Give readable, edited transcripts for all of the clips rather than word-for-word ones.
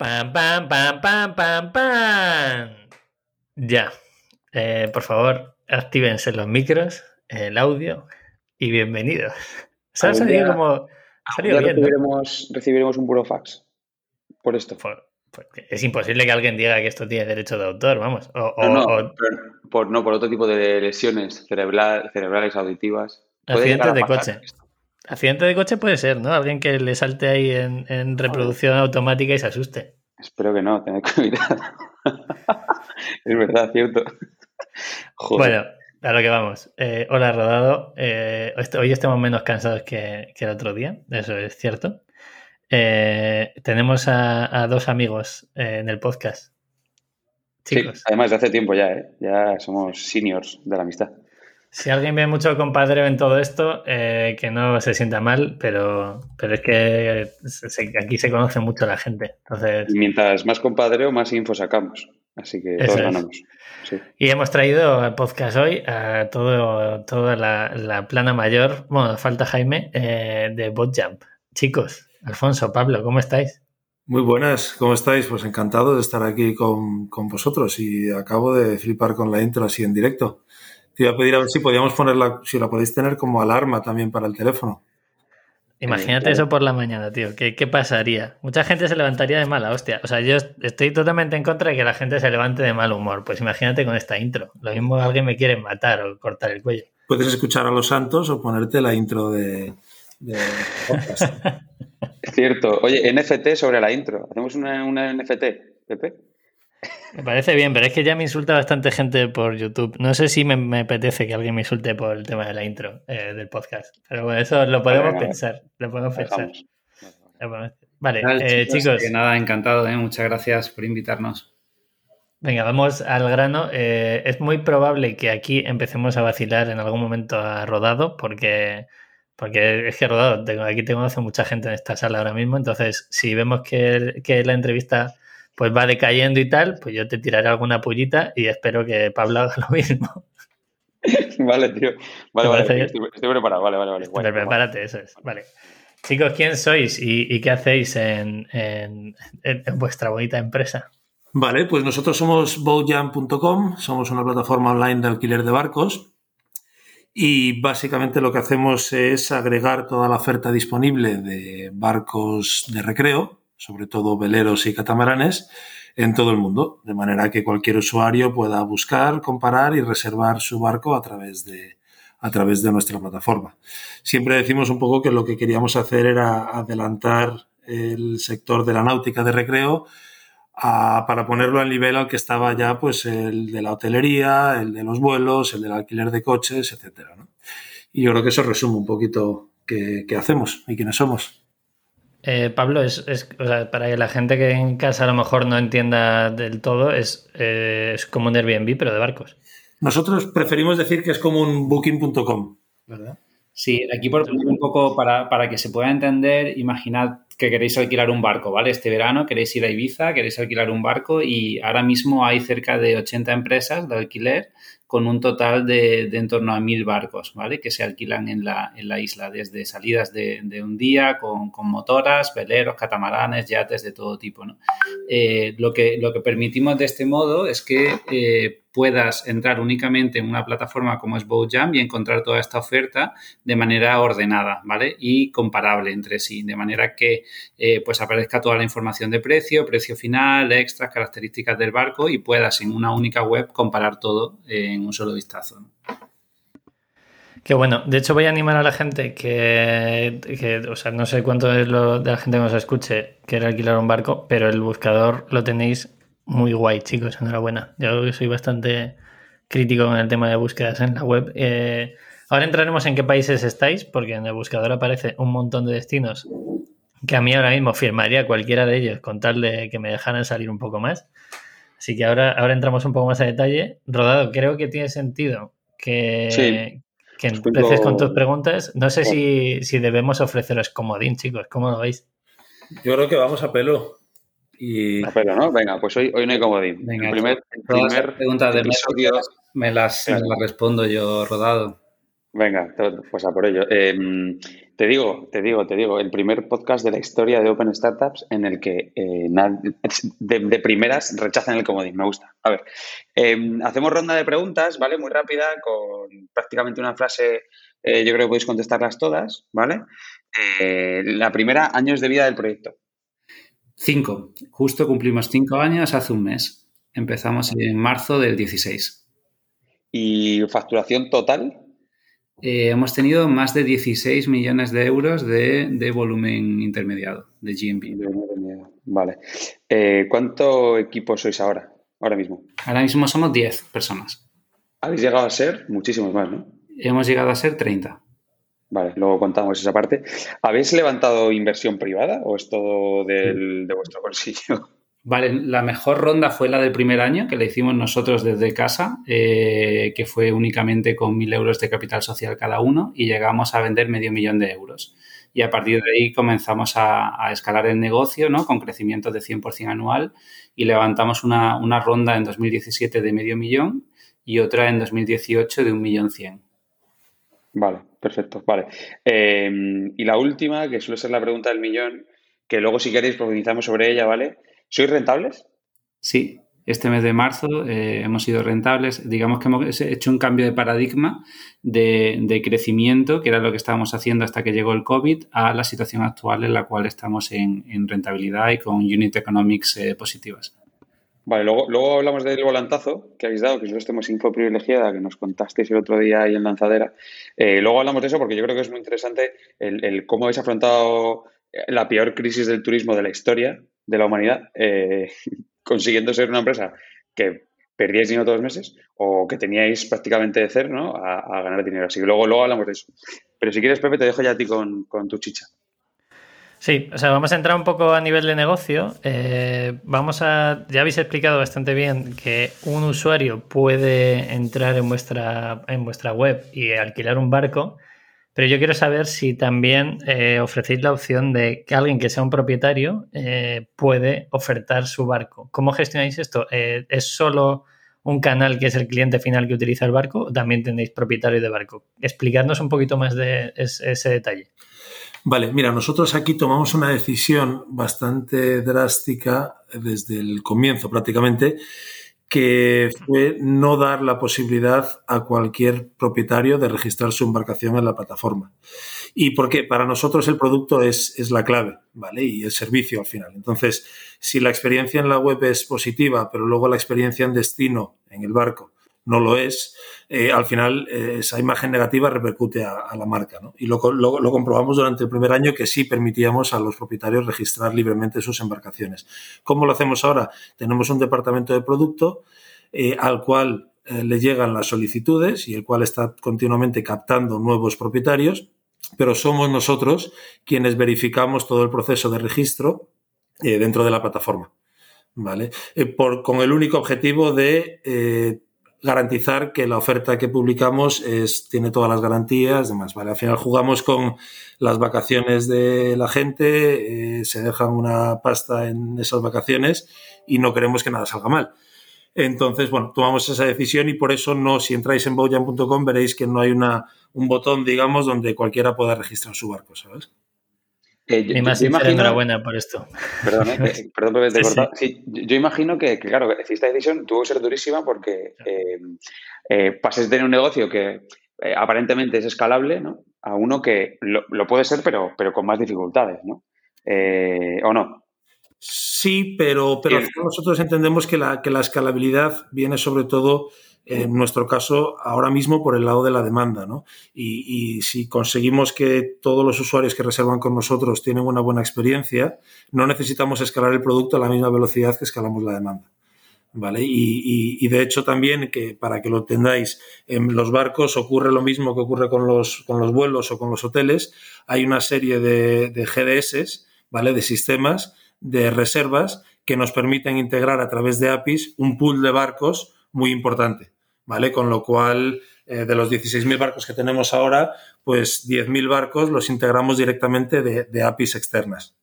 Pam, pam, pam, pam, pam, pam. Ya. Por favor, actívense los micros, el audio y bienvenidos. Se ha Algún salido día, como... Ha algún salido día bien, ¿no? recibiremos un burofax por esto. Pues es imposible que alguien diga que esto tiene derecho de autor, vamos. No, por otro tipo de lesiones cerebrales auditivas. Puede llegar Accidentes a de pasar coche. esto. Accidente de coche puede ser, ¿no? Alguien que le salte ahí en reproducción automática y se asuste. Espero que no, tened cuidado. Es verdad, cierto. Joder. Bueno, a lo que vamos. Hola, Rodado. Hoy estamos menos cansados que el otro día, eso es cierto. Tenemos a dos amigos en el podcast. Sí, Chicos, además de hace tiempo ya, ¿eh? Ya somos seniors de la amistad. si alguien ve mucho compadreo en todo esto, que no se sienta mal, pero es que aquí se conoce mucho la gente. Entonces, Y mientras más compadreo, más info sacamos. Así que eso todos es. ganamos. Sí. Y hemos traído al podcast hoy a toda la plana mayor, bueno, falta Jaime, de BotJump. Chicos, Alfonso, Pablo, ¿cómo estáis? Muy buenas, ¿cómo estáis? Pues encantado de estar aquí con vosotros y acabo de flipar con la intro así en directo. Te iba a pedir a ver si podíamos ponerla, si la podéis tener como alarma también para el teléfono. Imagínate Claro. eso por la mañana, tío. ¿Qué pasaría? Mucha gente se levantaría de mala hostia. O sea, yo estoy totalmente en contra de que la gente se levante de mal humor. Pues imagínate con esta intro. Lo mismo alguien me quiere matar o cortar el cuello. Puedes escuchar a los santos o ponerte la intro de podcast. Es cierto. Oye, NFT sobre la intro. ¿Hacemos una NFT, Pepe? Me parece bien, pero es que ya me insulta bastante gente por YouTube. No sé si me apetece que alguien me insulte por el tema de la intro del podcast. Pero bueno, eso lo podemos Vale, pensar. Lo podemos lo pensar. dejamos. Vale, ¿Qué tal, chicos. Que nada, encantado, muchas gracias por invitarnos. Venga, vamos al grano. Es muy probable que aquí empecemos a vacilar en algún momento a Rodado, porque es que Rodado, aquí te conoce mucha gente en esta sala ahora mismo, entonces si vemos que la entrevista pues va decayendo y tal, pues yo te tiraré alguna pullita y espero que Pablo haga lo mismo. Vale, tío. Vale, ¿Te parece vale. bien? Estoy preparado. Vale. Guay, Prepárate, eso es. Vale. Chicos, ¿quién sois y qué hacéis en vuestra bonita empresa? Vale, pues nosotros somos boatjump.com, somos una plataforma online de alquiler de barcos y básicamente lo que hacemos es agregar toda la oferta disponible de barcos de recreo, sobre todo veleros y catamaranes, en todo el mundo, de manera que cualquier usuario pueda buscar, comparar y reservar su barco a través de nuestra plataforma. Siempre decimos un poco que lo que queríamos hacer era adelantar el sector de la náutica de recreo para ponerlo al nivel al que estaba ya pues el de la hotelería, el de los vuelos, el del alquiler de coches, etcétera, ¿no? Y yo creo que eso resume un poquito qué hacemos y quiénes somos. Pablo, o sea, para que la gente que en casa a lo mejor no entienda del todo, es como un Airbnb, pero de barcos. Nosotros preferimos decir que es como un booking.com, ¿verdad? Sí, aquí por poner un poco para que se pueda entender, imaginad que queréis alquilar un barco, ¿vale? Este verano queréis ir a Ibiza, queréis alquilar un barco y ahora mismo hay cerca de 80 empresas de alquiler con un total de en torno a 1.000 barcos, ¿vale? Que se alquilan en la isla, desde salidas de un día con motoras, veleros, catamaranes, yates de todo tipo, ¿no? Lo que permitimos de este modo es que puedas entrar únicamente en una plataforma como es BoatJump y encontrar toda esta oferta de manera ordenada, ¿vale? Y comparable entre sí, de manera que pues aparezca toda la información de precio final, extras, características del barco y puedas en una única web comparar todo en un solo vistazo, ¿no? Qué bueno. De hecho, voy a animar a la gente que o sea, no sé cuánto es lo de la gente que nos escuche quiere alquilar un barco, pero el buscador lo tenéis muy guay, chicos. Enhorabuena. Yo soy bastante crítico con el tema de búsquedas en la web. Ahora entraremos en qué países estáis, porque en el buscador aparece un montón de destinos que a mí ahora mismo firmaría cualquiera de ellos con tal de que me dejaran salir un poco más. Así que ahora entramos un poco más a detalle. Rodado, creo que tiene sentido Sí. que empieces con tus preguntas. No sé si debemos ofreceros comodín, chicos. ¿Cómo lo veis? Yo creo que vamos a pelo. A pelo, ¿no? Venga, pues hoy no hay comodín. Venga, El primer todas las preguntas de episodio... me las respondo yo, Rodado. Venga, pues a por ello. Te digo, el primer podcast de la historia de Open Startups en el que de primeras rechazan el comodín. Me gusta. A ver, hacemos ronda de preguntas, ¿vale? Muy rápida, con prácticamente una frase. Yo creo que podéis contestarlas todas, ¿vale? La primera, años de vida del proyecto. 5. Justo cumplimos 5 años hace un mes. Empezamos en marzo del 16. ¿Y facturación total? Hemos tenido más de 16 millones de euros de volumen intermediado, de GMV. Vale. ¿Cuánto equipo sois ahora mismo? Ahora mismo somos 10 personas. Habéis llegado a ser muchísimos más, ¿no? Hemos llegado a ser 30. Vale, luego contamos esa parte. ¿Habéis levantado inversión privada o es todo de vuestro bolsillo? Vale, la mejor ronda fue la del primer año, que la hicimos nosotros desde casa, que fue únicamente con 1.000 euros de capital social cada uno y llegamos a vender 500.000 de euros. Y a partir de ahí comenzamos a escalar el negocio, ¿no? Con crecimiento de 100% anual y levantamos una ronda en 2017 de 500.000 y otra en 2018 de 1.100.000. Vale, perfecto. Vale. Y la última, que suele ser la pregunta del millón, que luego si queréis profundizamos sobre ella, ¿vale? ¿Sois rentables? Sí, este mes de marzo hemos sido rentables. Digamos que hemos hecho un cambio de paradigma de crecimiento, que era lo que estábamos haciendo hasta que llegó el COVID, a la situación actual en la cual estamos en rentabilidad y con unit economics positivas. Vale, luego hablamos del volantazo que habéis dado, que nosotros tenemos info privilegiada, que nos contasteis el otro día ahí en Lanzadera. Luego hablamos de eso porque yo creo que es muy interesante el cómo habéis afrontado la peor crisis del turismo de la historia de la humanidad, consiguiendo ser una empresa que perdíais dinero todos los meses o que teníais prácticamente de cero, ¿no? a ganar dinero. Así que luego hablamos de eso. Pero si quieres, Pepe, te dejo ya a ti con tu chicha. Sí, o sea, vamos a entrar un poco a nivel de negocio. Ya habéis explicado bastante bien que un usuario puede entrar en vuestra web y alquilar un barco, pero yo quiero saber si también ofrecéis la opción de que alguien que sea un propietario puede ofertar su barco. ¿Cómo gestionáis esto? ¿Es solo un canal que es el cliente final que utiliza el barco o también tenéis propietario de barco? Explicadnos un poquito más de ese detalle. Vale, mira, nosotros aquí tomamos una decisión bastante drástica desde el comienzo prácticamente, que fue no dar la posibilidad a cualquier propietario de registrar su embarcación en la plataforma. ¿Y por qué? Para nosotros el producto es la clave, ¿vale? Y el servicio al final. Entonces, si la experiencia en la web es positiva, pero luego la experiencia en destino, en el barco, no lo es, al final esa imagen negativa repercute a la marca, ¿no? Y lo comprobamos durante el primer año que sí permitíamos a los propietarios registrar libremente sus embarcaciones. ¿Cómo lo hacemos ahora? Tenemos un departamento de producto al cual le llegan las solicitudes y el cual está continuamente captando nuevos propietarios, pero somos nosotros quienes verificamos todo el proceso de registro dentro de la plataforma, ¿vale? Con el único objetivo de garantizar que la oferta que publicamos tiene todas las garantías, demás, ¿vale? Al final jugamos con las vacaciones de la gente, se dejan una pasta en esas vacaciones y no queremos que nada salga mal. Entonces, bueno, tomamos esa decisión y por eso si entráis en bowjam.com veréis que no hay un botón, digamos, donde cualquiera pueda registrar su barco, ¿sabes? Mi más sincera enhorabuena por esto. Perdón, Pepe, te he cortado. Sí, yo imagino que claro, esta decisión tuvo que ser durísima porque pases de tener un negocio que aparentemente es escalable, ¿no? A uno que lo puede ser, pero con más dificultades, ¿no? ¿O no? Sí, pero nosotros entendemos que la escalabilidad viene sobre todo, en nuestro caso, ahora mismo por el lado de la demanda, ¿no? Y si conseguimos que todos los usuarios que reservan con nosotros tienen una buena experiencia, no necesitamos escalar el producto a la misma velocidad que escalamos la demanda, ¿vale? Y de hecho también, que para que lo entendáis, en los barcos ocurre lo mismo que ocurre con los vuelos o con los hoteles. Hay una serie de GDS, ¿vale? De sistemas de reservas que nos permiten integrar a través de APIs un pool de barcos muy importante, ¿vale? Con lo cual, de los 16.000 barcos que tenemos ahora, pues 10.000 barcos los integramos directamente de APIs externas.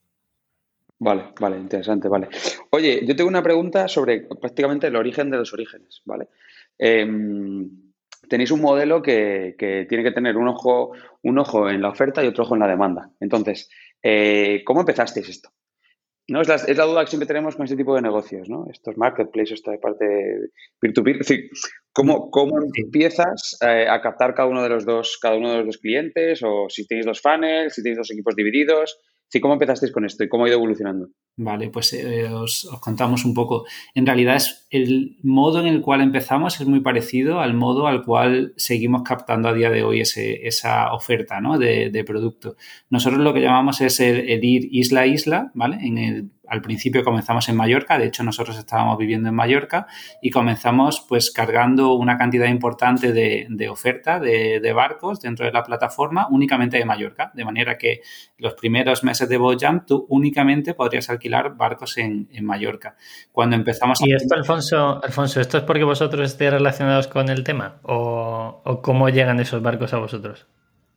Vale, interesante, vale. Oye, yo tengo una pregunta sobre prácticamente el origen de los orígenes, ¿vale? tenéis un modelo que tiene que tener un ojo en la oferta y otro ojo en la demanda. Entonces, ¿cómo empezasteis esto? ¿No? Es la duda que siempre tenemos con este tipo de negocios, ¿no? Estos marketplaces, esta parte peer-to-peer. Es decir, ¿cómo empiezas a captar cada uno de los dos clientes? O si tenéis dos funnels, si tenéis dos equipos divididos. Sí, ¿cómo empezasteis con esto y cómo ha ido evolucionando? Vale, pues os contamos un poco. En realidad, el modo en el cual empezamos es muy parecido al modo al cual seguimos captando a día de hoy esa oferta, ¿no? de producto. Nosotros lo que llamamos es el ir isla a isla, ¿vale? Al principio comenzamos en Mallorca, de hecho nosotros estábamos viviendo en Mallorca y comenzamos pues cargando una cantidad importante de oferta de barcos dentro de la plataforma únicamente de Mallorca, de manera que los primeros meses de BoatJam tú únicamente podrías alquilar barcos en Mallorca. Cuando empezamos ¿Y esto, Alfonso, esto es porque vosotros estéis relacionados con el tema? ¿O cómo llegan esos barcos a vosotros?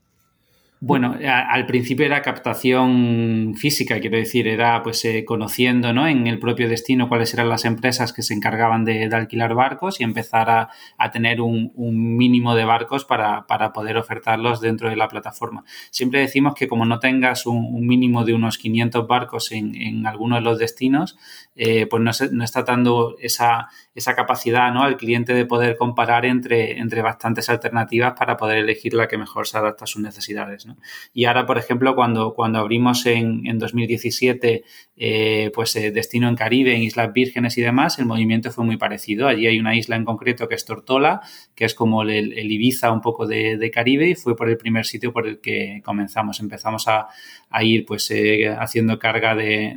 Bueno, al principio era captación física, quiero decir, era pues conociendo, ¿no? En el propio destino cuáles eran las empresas que se encargaban de alquilar barcos y empezar a tener un mínimo de barcos para poder ofertarlos dentro de la plataforma. Siempre decimos que como no tengas un mínimo de unos 500 barcos en alguno de los destinos, pues no está dando esa capacidad, ¿no? al cliente de poder comparar entre bastantes alternativas para poder elegir la que mejor se adapta a sus necesidades, ¿no? Y ahora, por ejemplo, cuando abrimos en 2017 destino en Caribe, en Islas Vírgenes y demás, el movimiento fue muy parecido. Allí hay una isla en concreto que es Tortola, que es como el Ibiza un poco de Caribe, y fue por el primer sitio por el que comenzamos. Empezamos a ir pues haciendo carga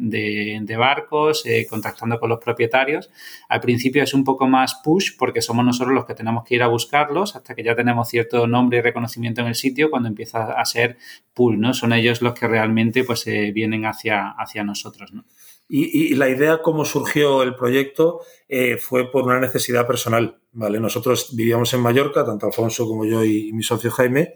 de barcos, contactando con los propietarios. Al principio es un poco más push porque somos nosotros los que tenemos que ir a buscarlos hasta que ya tenemos cierto nombre y reconocimiento en el sitio, cuando empieza a ser pull, ¿no? Son ellos los que realmente pues vienen hacia nosotros, ¿no? Y la idea, cómo surgió el proyecto, fue por una necesidad personal, ¿vale? Nosotros vivíamos en Mallorca, tanto Alfonso como yo y mi socio Jaime,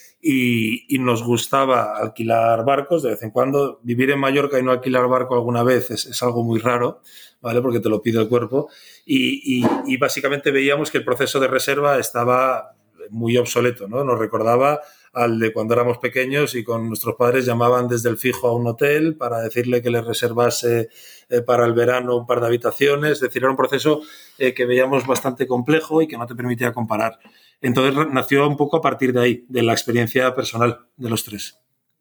y nos gustaba alquilar barcos de vez en cuando. Vivir en Mallorca y no alquilar barco alguna vez es algo muy raro, ¿vale? Porque te lo pide el cuerpo. Y básicamente veíamos que el proceso de reserva estaba muy obsoleto, ¿no? Nos recordaba al de cuando éramos pequeños y con nuestros padres llamaban desde el fijo a un hotel para decirle que les reservase para el verano un par de habitaciones. Es decir, era un proceso que veíamos bastante complejo y que no te permitía comparar. Entonces nació un poco a partir de ahí, de la experiencia personal de los tres.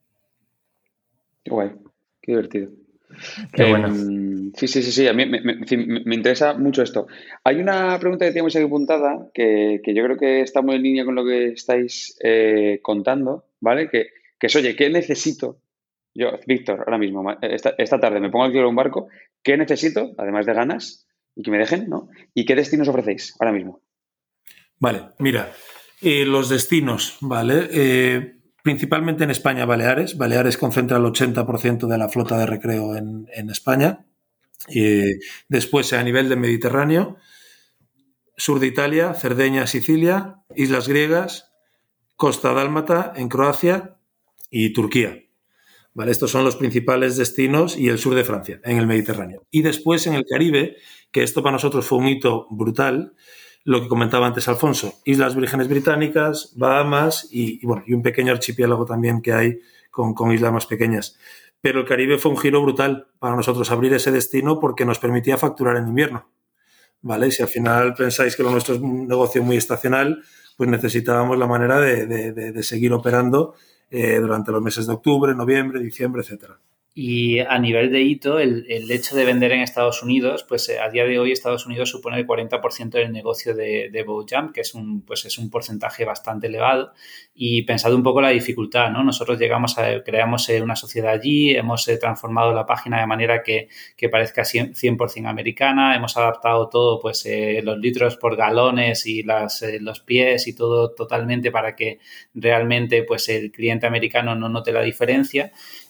Qué guay, qué divertido. Qué bueno. Sí. A mí me interesa mucho esto. Hay una pregunta que teníamos aquí apuntada que yo creo que está muy en línea con lo que estáis contando, ¿vale? Que es, oye, ¿qué necesito? Yo, Víctor, ahora mismo, esta tarde me pongo a alquilar un barco. ¿Qué necesito, además de ganas, y que me dejen, ¿no? ¿Y qué destinos ofrecéis ahora mismo? Vale, mira, los destinos, ¿vale? Principalmente en España, Baleares. Baleares concentra el 80% de la flota de recreo en España. Después, a nivel de Mediterráneo, sur de Italia, Cerdeña, Sicilia, Islas Griegas, Costa Dálmata en Croacia y Turquía. ¿Vale? Estos son los principales destinos, y el sur de Francia, en el Mediterráneo. Y después en el Caribe, que esto para nosotros fue un hito brutal, lo que comentaba antes Alfonso, Islas Vírgenes Británicas, Bahamas y un pequeño archipiélago también que hay con islas más pequeñas. Pero el Caribe fue un giro brutal para nosotros abrir ese destino porque nos permitía facturar en invierno, ¿vale? Y si al final pensáis que lo nuestro es un negocio muy estacional, pues necesitábamos la manera de seguir operando durante los meses de octubre, noviembre, diciembre, etcétera. Y a nivel de hito, el hecho de vender en Estados Unidos, pues a día de hoy Estados Unidos supone el 40% del negocio de BoatJam, que es un porcentaje bastante elevado. Y pensado un poco la dificultad, ¿no? Nosotros creamos una sociedad allí, hemos transformado la página de manera que parezca 100% americana, hemos adaptado todo, pues los litros por galones y los pies y todo totalmente para que realmente pues el cliente americano no note la diferencia.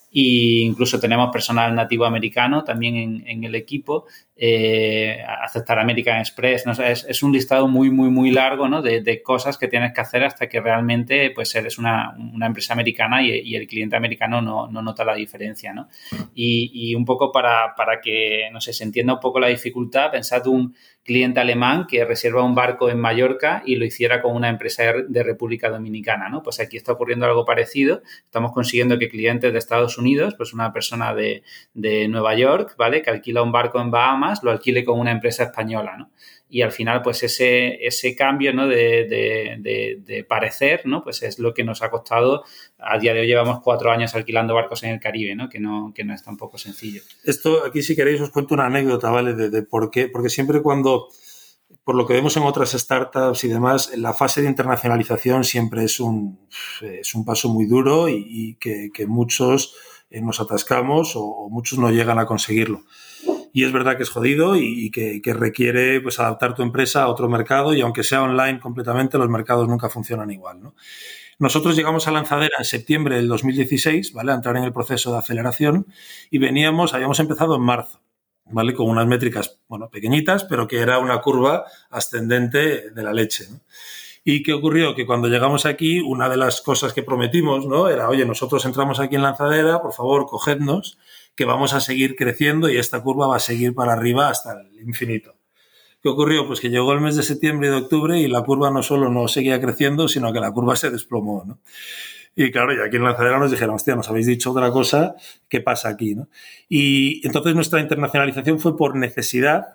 e incluso tenemos personal nativo americano también en el equipo, aceptar American Express, ¿no? Es un listado muy, muy, muy largo, ¿no? de cosas que tienes que hacer hasta que realmente pues eres una empresa americana y el cliente americano no nota la diferencia, ¿no? Y un poco para que, no sé, se entienda un poco la dificultad, pensad un cliente alemán que reserva un barco en Mallorca y lo hiciera con una empresa de República Dominicana, ¿no? Pues aquí está ocurriendo algo parecido. Estamos consiguiendo que clientes de Estados Unidos, pues una persona de Nueva York, ¿vale? Que alquila un barco en Bahamas, lo alquile con una empresa española, ¿no? Y al final, pues ese cambio, ¿no? de parecer, ¿no? Pues es lo que nos ha costado. A día de hoy llevamos 4 años alquilando barcos en el Caribe, ¿no? Que no es tampoco sencillo. Esto, aquí si queréis os cuento una anécdota, ¿vale? De por qué. Porque siempre cuando, por lo que vemos en otras startups y demás, la fase de internacionalización siempre es un paso muy duro y que muchos nos atascamos o muchos no llegan a conseguirlo. Y es verdad que es jodido y que requiere pues adaptar tu empresa a otro mercado, y aunque sea online completamente, los mercados nunca funcionan igual, ¿no? Nosotros llegamos a Lanzadera en septiembre del 2016, ¿vale? A entrar en el proceso de aceleración, y habíamos empezado en marzo, ¿vale? Con unas métricas, bueno, pequeñitas, pero que era una curva ascendente de la leche, ¿no? ¿Y qué ocurrió? Que cuando llegamos aquí, una de las cosas que prometimos, ¿no? Era, oye, nosotros entramos aquí en Lanzadera, por favor, cogednos, que vamos a seguir creciendo y esta curva va a seguir para arriba hasta el infinito. ¿Qué ocurrió? Pues que llegó el mes de septiembre y de octubre y la curva no solo no seguía creciendo, sino que la curva se desplomó, ¿no? Y claro, y aquí en Lanzadera nos dijeron, hostia, nos habéis dicho otra cosa, ¿qué pasa aquí, no? Y entonces nuestra internacionalización fue por necesidad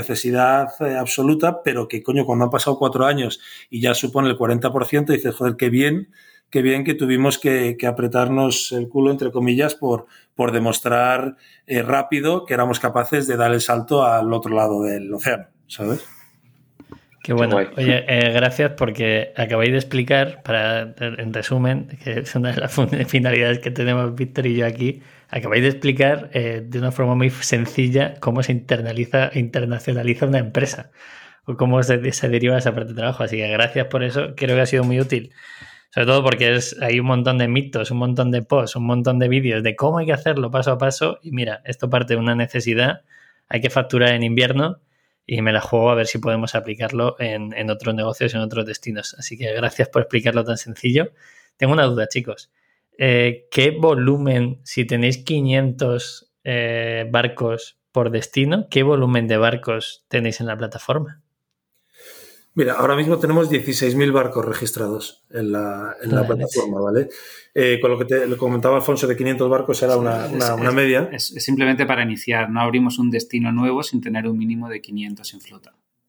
absoluta, pero que, coño, cuando han pasado 4 años y ya supone el 40%, dices, joder, qué bien que tuvimos que apretarnos el culo, entre comillas, por demostrar rápido que éramos capaces de dar el salto al otro lado del océano, ¿sabes? Qué bueno. Oye, gracias, porque acabáis de explicar, en resumen, que es una de las finalidades que tenemos Víctor y yo aquí, acabáis de explicar de una forma muy sencilla cómo se internacionaliza una empresa o cómo se deriva esa parte de trabajo. Así que gracias por eso, creo que ha sido muy útil. Sobre todo porque hay un montón de mitos, un montón de posts, un montón de vídeos de cómo hay que hacerlo paso a paso. Y mira, esto parte de una necesidad. Hay que facturar en invierno y me la juego a ver si podemos aplicarlo en otros negocios, en otros destinos. Así que gracias por explicarlo tan sencillo. Tengo una duda, chicos. ¿Qué volumen, si tenéis 500 barcos por destino, qué volumen de barcos tenéis en la plataforma? Mira, ahora mismo tenemos 16.000 barcos registrados en la plataforma, ¿vale? Con lo que te comentaba Alfonso, de 500 barcos era una media. Es simplemente para iniciar. No abrimos un destino nuevo sin tener un mínimo de 500 en flota.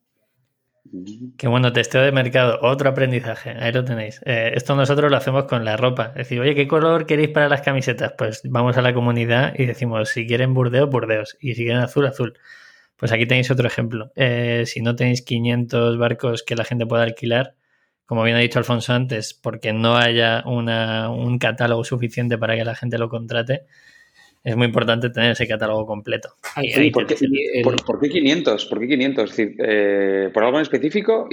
Qué bueno, testeo de mercado, otro aprendizaje, ahí lo tenéis. Esto nosotros lo hacemos con la ropa. Es decir, oye, ¿qué color queréis para las camisetas? Pues vamos a la comunidad y decimos, si quieren Burdeos, Burdeos. Y si quieren azul, azul. Pues aquí tenéis otro ejemplo. Si no tenéis 500 barcos que la gente pueda alquilar, como bien ha dicho Alfonso antes, porque no haya un catálogo suficiente para que la gente lo contrate, es muy importante tener ese catálogo completo. ¿Por qué 500? ¿Por qué 500? Es decir, ¿por algo en específico?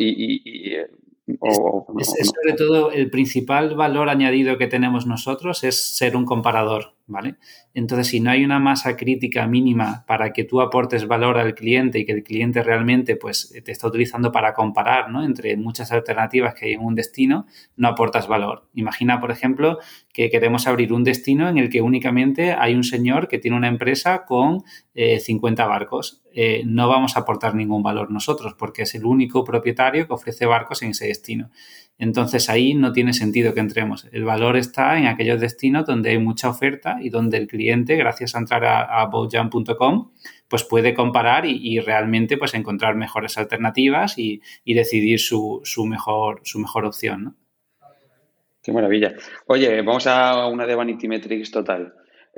Es sobre todo el principal valor añadido que tenemos nosotros es ser un comparador, ¿vale? Entonces, si no hay una masa crítica mínima para que tú aportes valor al cliente y que el cliente realmente pues te está utilizando para comparar, ¿no? Entre muchas alternativas que hay en un destino, no aportas valor. Imagina, por ejemplo, que queremos abrir un destino en el que únicamente hay un señor que tiene una empresa con 50 barcos. No vamos a aportar ningún valor nosotros porque es el único propietario que ofrece barcos en ese destino. Entonces ahí no tiene sentido que entremos. El valor está en aquellos destinos donde hay mucha oferta y donde el cliente, gracias a entrar a boatjam.com, pues puede comparar y realmente pues encontrar mejores alternativas y decidir su mejor opción, ¿no? Qué maravilla. Oye, vamos a una de Vanity Metrics total.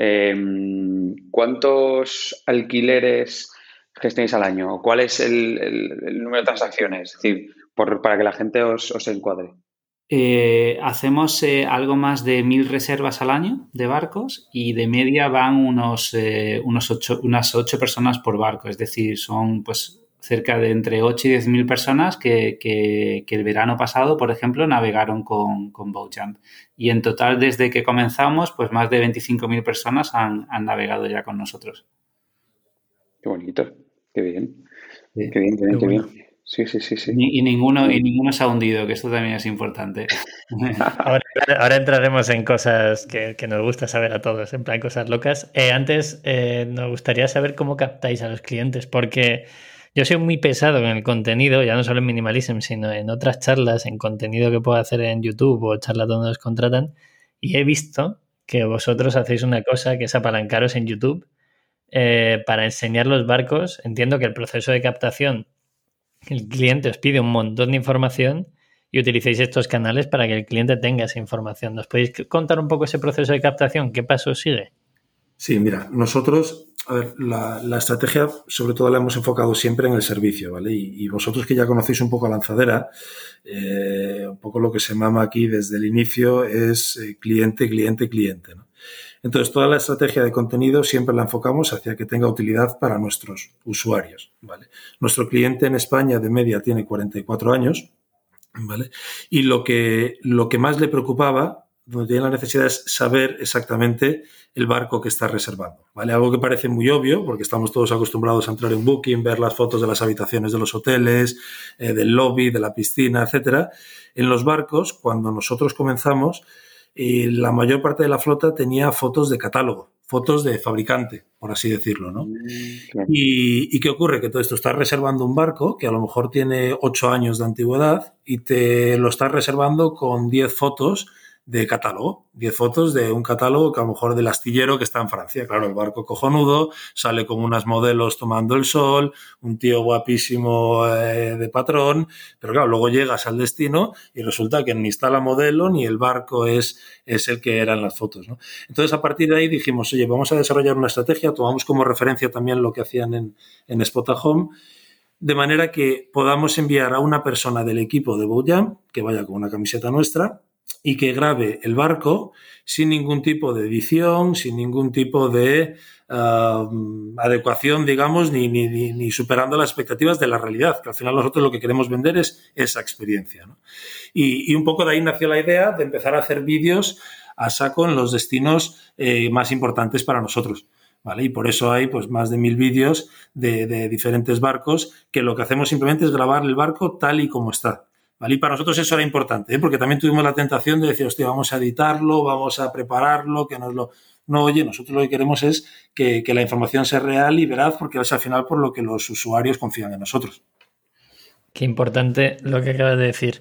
¿Cuántos alquileres gestionáis al año? ¿Cuál es el número de transacciones? Es decir, para que la gente os encuadre. Hacemos algo más de 1.000 reservas al año de barcos y de media van unas 8 personas por barco. Es decir, son pues cerca de entre 8 y 10.000 personas que el verano pasado, por ejemplo, navegaron con Boatjump. Y en total, desde que comenzamos, pues más de 25.000 personas han navegado ya con nosotros. Qué bonito, qué bien. Sí. Qué bien, qué bien, Qué qué bueno. bien. Sí, sí, sí, sí. Y ninguno se ha hundido, que esto también es importante. Ahora entraremos en cosas que nos gusta saber a todos, en plan cosas locas. Antes nos gustaría saber cómo captáis a los clientes, porque yo soy muy pesado en el contenido, ya no solo en Minimalism, sino en otras charlas, en contenido que puedo hacer en YouTube o charlas donde nos contratan, y he visto que vosotros hacéis una cosa que es apalancaros en YouTube para enseñar los barcos. Entiendo que el proceso de captación, el cliente os pide un montón de información y utilicéis estos canales para que el cliente tenga esa información. ¿Nos podéis contar un poco ese proceso de captación? ¿Qué paso sigue? Sí, mira, nosotros, a ver, la estrategia sobre todo la hemos enfocado siempre en el servicio, ¿vale? Y vosotros que ya conocéis un poco a Lanzadera, un poco lo que se mama aquí desde el inicio es cliente, cliente, cliente, ¿no? Entonces, toda la estrategia de contenido siempre la enfocamos hacia que tenga utilidad para nuestros usuarios, ¿vale? Nuestro cliente en España de media tiene 44 años, ¿vale? Y lo que más le preocupaba, donde tiene la necesidad, es saber exactamente el barco que está reservando, ¿vale? Algo que parece muy obvio, porque estamos todos acostumbrados a entrar en Booking, ver las fotos de las habitaciones de los hoteles, del lobby, de la piscina, etcétera. En los barcos, cuando nosotros comenzamos, la mayor parte de la flota tenía fotos de catálogo, fotos de fabricante, por así decirlo, ¿no? Claro. ¿Y qué ocurre? Que todo esto estás reservando un barco que a lo mejor tiene 8 años de antigüedad y te lo estás reservando con 10 fotos de catálogo, 10 fotos de un catálogo que a lo mejor del astillero que está en Francia. Claro, el barco cojonudo, sale con unas modelos tomando el sol, un tío guapísimo de patrón, pero claro, luego llegas al destino y resulta que ni está la modelo ni el barco es el que eran las fotos, ¿no? Entonces, a partir de ahí dijimos, oye, vamos a desarrollar una estrategia, tomamos como referencia también lo que hacían en Spot at Home, de manera que podamos enviar a una persona del equipo de Boatjump que vaya con una camiseta nuestra y que grabe el barco sin ningún tipo de edición, sin ningún tipo de adecuación, digamos, ni superando las expectativas de la realidad, que al final nosotros lo que queremos vender es esa experiencia, ¿no? Y un poco de ahí nació la idea de empezar a hacer vídeos a saco en los destinos más importantes para nosotros, ¿vale? Y por eso hay pues más de 1.000 vídeos de diferentes barcos que lo que hacemos simplemente es grabar el barco tal y como está, ¿vale? Y para nosotros eso era importante, porque también tuvimos la tentación de decir, hostia, vamos a editarlo, vamos a prepararlo, que nos lo... No, oye, nosotros lo que queremos es que la información sea real y veraz, porque es al final por lo que los usuarios confían en nosotros. Qué importante lo que acabas de decir.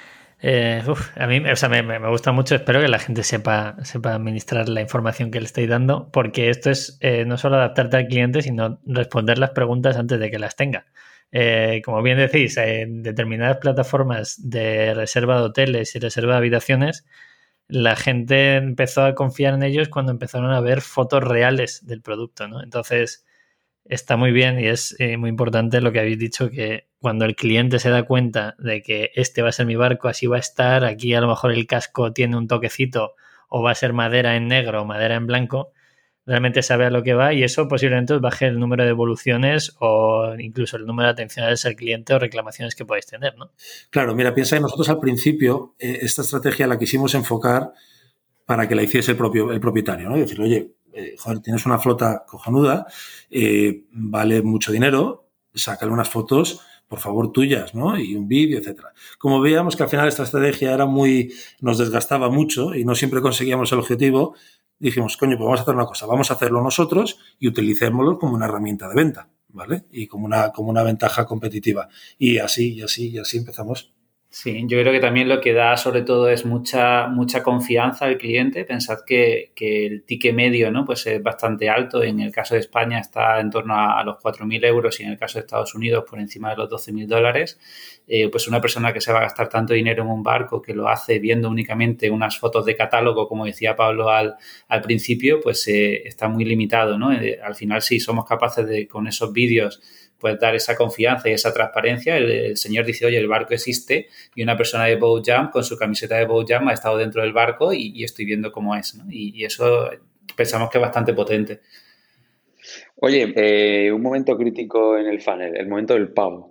A mí me gusta mucho, espero que la gente sepa administrar la información que le estáis dando, porque esto es no solo adaptarte al cliente, sino responder las preguntas antes de que las tenga. Como bien decís, en determinadas plataformas de reserva de hoteles y reserva de habitaciones, la gente empezó a confiar en ellos cuando empezaron a ver fotos reales del producto, ¿no? Entonces, está muy bien y es muy importante lo que habéis dicho, que cuando el cliente se da cuenta de que este va a ser mi barco, así va a estar, aquí a lo mejor el casco tiene un toquecito o va a ser madera en negro o madera en blanco, realmente sabe a lo que va y eso posiblemente os baje el número de devoluciones o incluso el número de atenciones al cliente o reclamaciones que podéis tener, ¿no? Claro, mira, piensa que nosotros al principio esta estrategia la quisimos enfocar para que la hiciese el propietario, ¿no? Y decir, oye, joder, tienes una flota cojonuda, vale mucho dinero, sácale unas fotos, por favor, tuyas, ¿no? Y un vídeo, etcétera. Como veíamos que al final esta estrategia era nos desgastaba mucho y no siempre conseguíamos el objetivo, dijimos, coño, pues vamos a hacer una cosa, vamos a hacerlo nosotros y utilicémoslo como una herramienta de venta, ¿vale? Y como una ventaja competitiva. Y así empezamos. Sí, yo creo que también lo que da sobre todo es mucha confianza al cliente. Pensad que el ticket medio, ¿no? Pues es bastante alto. En el caso de España está en torno a los 4.000 euros y en el caso de Estados Unidos por encima de los 12.000 dólares. Pues una persona que se va a gastar tanto dinero en un barco, que lo hace viendo únicamente unas fotos de catálogo, como decía Pablo al principio, pues está muy limitado, ¿no? Al final sí somos capaces de, con esos vídeos, pues dar esa confianza y esa transparencia. El señor dice, oye, el barco existe y una persona de Boatjump con su camiseta de Boatjump ha estado dentro del barco y estoy viendo cómo es, ¿no? Y eso pensamos que es bastante potente. Oye, un momento crítico en el funnel, el momento del pago.